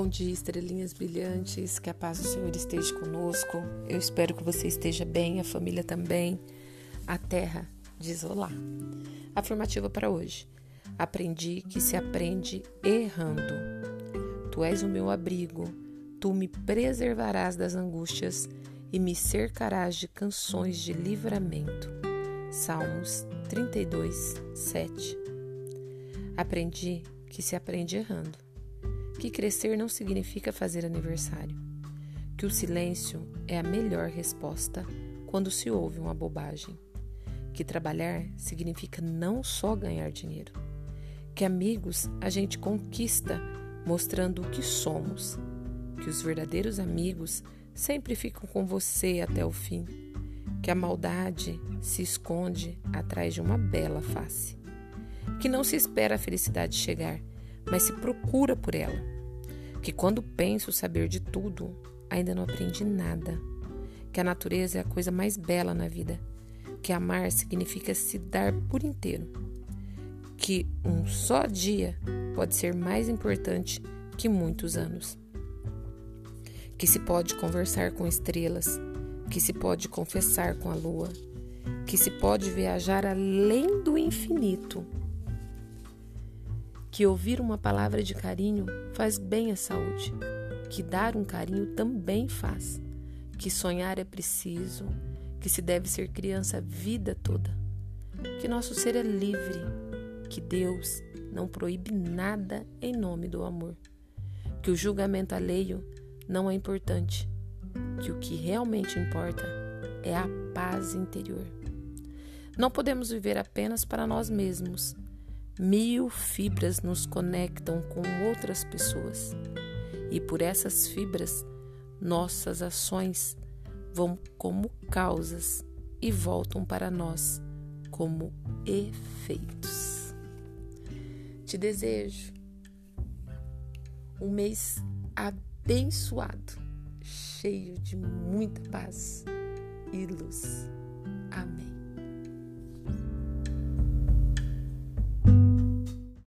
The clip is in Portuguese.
Bom dia, estrelinhas brilhantes, que a paz do Senhor esteja conosco. Eu espero que você esteja bem, a família também, a terra diz olá. Afirmativa para hoje. Aprendi que se aprende errando. Tu és o meu abrigo, tu me preservarás das angústias e me cercarás de canções de livramento. Salmos 32, 7. Aprendi que se aprende errando. Que crescer não significa fazer aniversário. Que o silêncio é a melhor resposta quando se ouve uma bobagem. Que trabalhar significa não só ganhar dinheiro. Que amigos a gente conquista mostrando o que somos. Que os verdadeiros amigos sempre ficam com você até o fim. Que a maldade se esconde atrás de uma bela face. Que não se espera a felicidade chegar, mas se procura por ela. Que quando penso saber de tudo, ainda não aprendi nada. Que a natureza é a coisa mais bela na vida. Que amar significa se dar por inteiro. Que um só dia pode ser mais importante que muitos anos. Que se pode conversar com estrelas. Que se pode confessar com a lua. Que se pode viajar além do infinito. Que ouvir uma palavra de carinho faz bem à saúde, que dar um carinho também faz, que sonhar é preciso, que se deve ser criança a vida toda, que nosso ser é livre, que Deus não proíbe nada em nome do amor, que o julgamento alheio não é importante, que o que realmente importa é a paz interior. Não podemos viver apenas para nós mesmos. 1000 fibras nos conectam com outras pessoas e por essas fibras nossas ações vão como causas e voltam para nós como efeitos. Te desejo um mês abençoado, cheio de muita paz e luz. Amém.